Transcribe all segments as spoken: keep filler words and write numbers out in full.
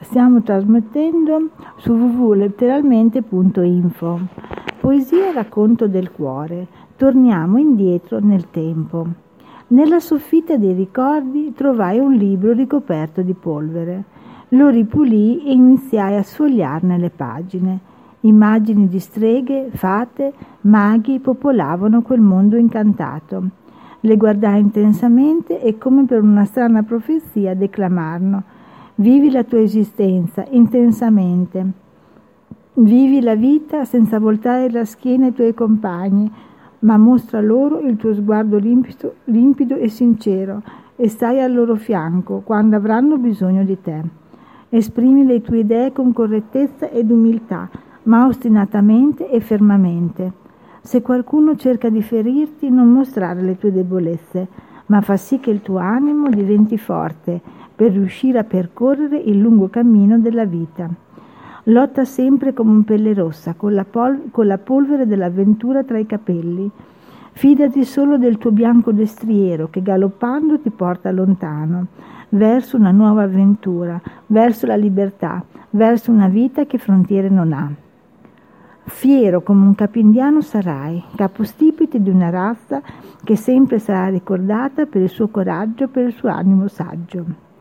stiamo trasmettendo su w w w punto letteralmente punto info. Poesia e racconto del cuore. Torniamo indietro nel tempo. Nella soffitta dei ricordi trovai un libro ricoperto di polvere. Lo ripulii e iniziai a sfogliarne le pagine. Immagini di streghe, fate, maghi popolavano quel mondo incantato. Le guardai intensamente e come per una strana profezia declamarono: vivi la tua esistenza intensamente, vivi la vita senza voltare la schiena ai tuoi compagni, ma mostra loro il tuo sguardo limpido, limpido e sincero e stai al loro fianco quando avranno bisogno di te. Esprimi le tue idee con correttezza ed umiltà, ma ostinatamente e fermamente. Se qualcuno cerca di ferirti, non mostrare le tue debolezze, ma fa sì che il tuo animo diventi forte per riuscire a percorrere il lungo cammino della vita. Lotta sempre come un pelle rossa, con la, pol- con la polvere dell'avventura tra i capelli. Fidati solo del tuo bianco destriero che galoppando ti porta lontano, verso una nuova avventura, verso la libertà, verso una vita che frontiere non ha. Fiero come un capindiano sarai, capostipite di una razza che sempre sarà ricordata per il suo coraggio, per il suo animo saggio.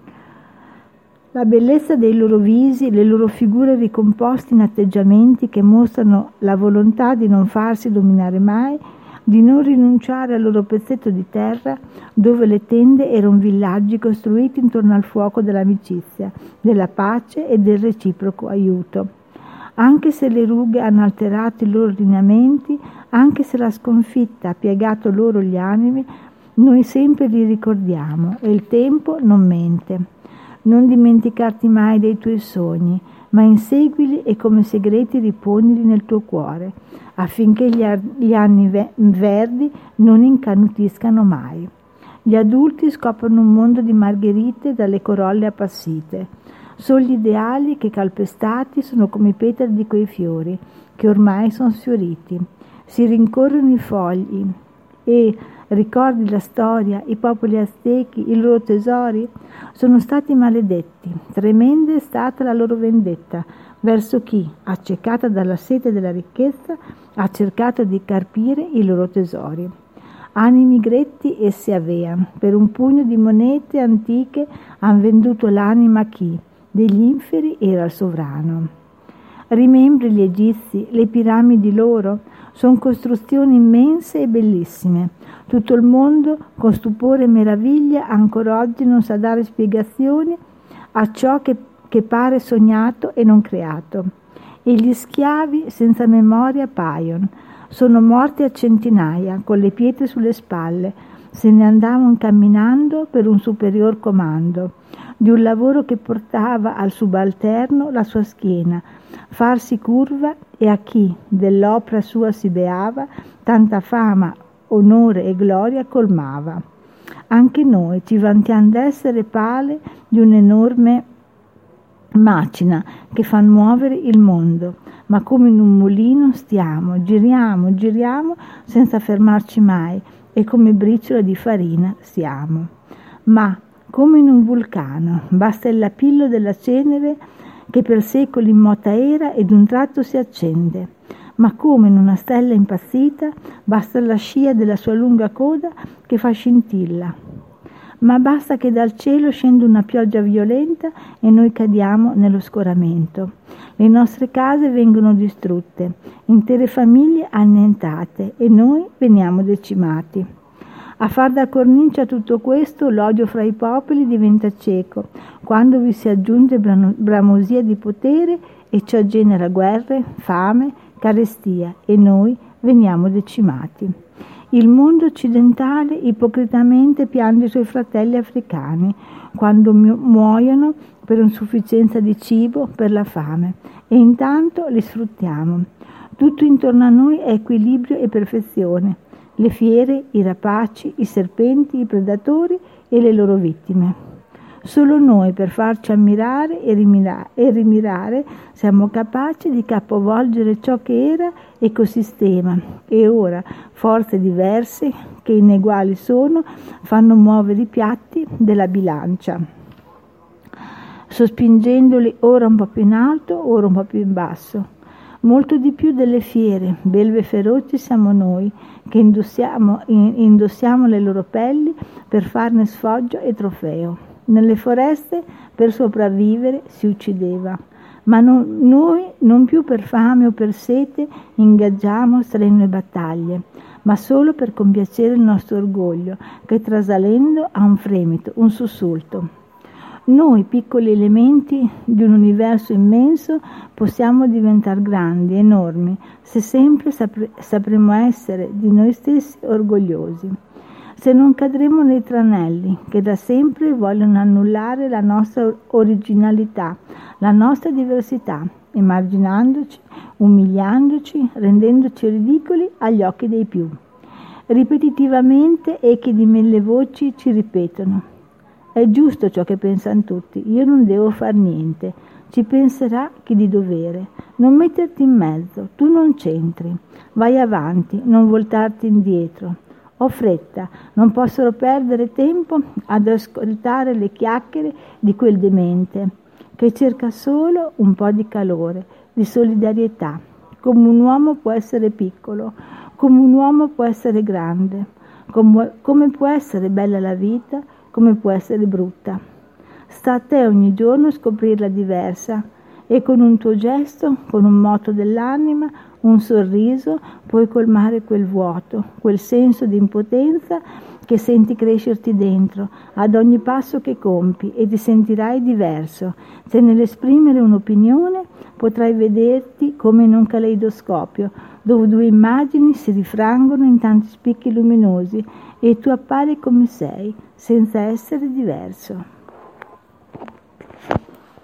La bellezza dei loro visi, le loro figure ricomposte in atteggiamenti che mostrano la volontà di non farsi dominare mai, di non rinunciare al loro pezzetto di terra dove le tende erano villaggi costruiti intorno al fuoco dell'amicizia, della pace e del reciproco aiuto. Anche se le rughe hanno alterato i loro lineamenti, anche se la sconfitta ha piegato loro gli animi, noi sempre li ricordiamo e il tempo non mente. Non dimenticarti mai dei tuoi sogni, ma inseguili e come segreti riponili nel tuo cuore, affinché gli, ar- gli anni ve- verdi non incanutiscano mai. Gli adulti scoprono un mondo di margherite dalle corolle appassite. Sono gli ideali che calpestati sono come i petali di quei fiori, che ormai sono sfioriti. Si rincorrono i fogli e ricordi la storia, i popoli aztechi, i loro tesori, sono stati maledetti. Tremenda è stata la loro vendetta verso chi, accecata dalla sete della ricchezza, ha cercato di carpire i loro tesori. Animi gretti essi avean, per un pugno di monete antiche han venduto l'anima a chi degli inferi era il sovrano. Rimembri gli egizi, le piramidi loro, sono costruzioni immense e bellissime. Tutto il mondo, con stupore e meraviglia, ancora oggi non sa dare spiegazioni a ciò che, che pare sognato e non creato. E gli schiavi senza memoria paiono, sono morti a centinaia, con le pietre sulle spalle, se ne andavano camminando per un superior comando, di un lavoro che portava al subalterno la sua schiena, farsi curva e a chi dell'opera sua si beava, tanta fama, onore e gloria colmava. Anche noi ci vantiamo d'essere pale di un'enorme macina che fa muovere il mondo, ma come in un mulino stiamo, giriamo, giriamo senza fermarci mai e come briciola di farina siamo. Ma come in un vulcano, basta il lapillo della cenere che per secoli immota era ed un tratto si accende. Ma come in una stella impazzita, basta la scia della sua lunga coda che fa scintilla. Ma basta che dal cielo scenda una pioggia violenta e noi cadiamo nello scoramento. Le nostre case vengono distrutte, intere famiglie annientate e noi veniamo decimati. A far da cornice a tutto questo, l'odio fra i popoli diventa cieco, quando vi si aggiunge bramosia di potere e ciò genera guerre, fame, carestia e noi veniamo decimati. Il mondo occidentale ipocritamente piange i suoi fratelli africani quando mu- muoiono per insufficienza di cibo, per la fame, e intanto li sfruttiamo. Tutto intorno a noi è equilibrio e perfezione. Le fiere, i rapaci, i serpenti, i predatori e le loro vittime. Solo noi, per farci ammirare e rimirare, e rimirare, siamo capaci di capovolgere ciò che era ecosistema e ora forze diverse, che ineguali sono, fanno muovere i piatti della bilancia. sospingendoli ora un po' più in alto, ora un po' più in basso. Molto di più delle fiere, belve feroci siamo noi, che indossiamo, indossiamo le loro pelli per farne sfoggio e trofeo. Nelle foreste, per sopravvivere, si uccideva. Ma non, noi non più per fame o per sete ingaggiamo strenue battaglie, ma solo per compiacere il nostro orgoglio, che trasalendo ha un fremito, un sussulto. Noi, piccoli elementi di un universo immenso, possiamo diventare grandi, enormi, se sempre sapre, sapremo essere di noi stessi orgogliosi. Se non cadremo nei tranelli che da sempre vogliono annullare la nostra originalità, la nostra diversità, emarginandoci, umiliandoci, rendendoci ridicoli agli occhi dei più. Ripetitivamente echi di mille voci ci ripetono: è giusto ciò che pensano tutti, io non devo far niente, ci penserà chi di dovere. Non metterti in mezzo, tu non c'entri, vai avanti, non voltarti indietro. Ho fretta, non posso perdere tempo ad ascoltare le chiacchiere di quel demente che cerca solo un po' di calore, di solidarietà. Come un uomo può essere piccolo, come un uomo può essere grande, come, come può essere bella la vita, come può essere brutta. Sta a te ogni giorno scoprirla diversa e con un tuo gesto, con un moto dell'anima, un sorriso, puoi colmare quel vuoto, quel senso di impotenza che senti crescerti dentro ad ogni passo che compi, e ti sentirai diverso. Se nell'esprimere un'opinione potrai vederti come in un caleidoscopio, dove due immagini si rifrangono in tanti spicchi luminosi e tu appari come sei, senza essere diverso.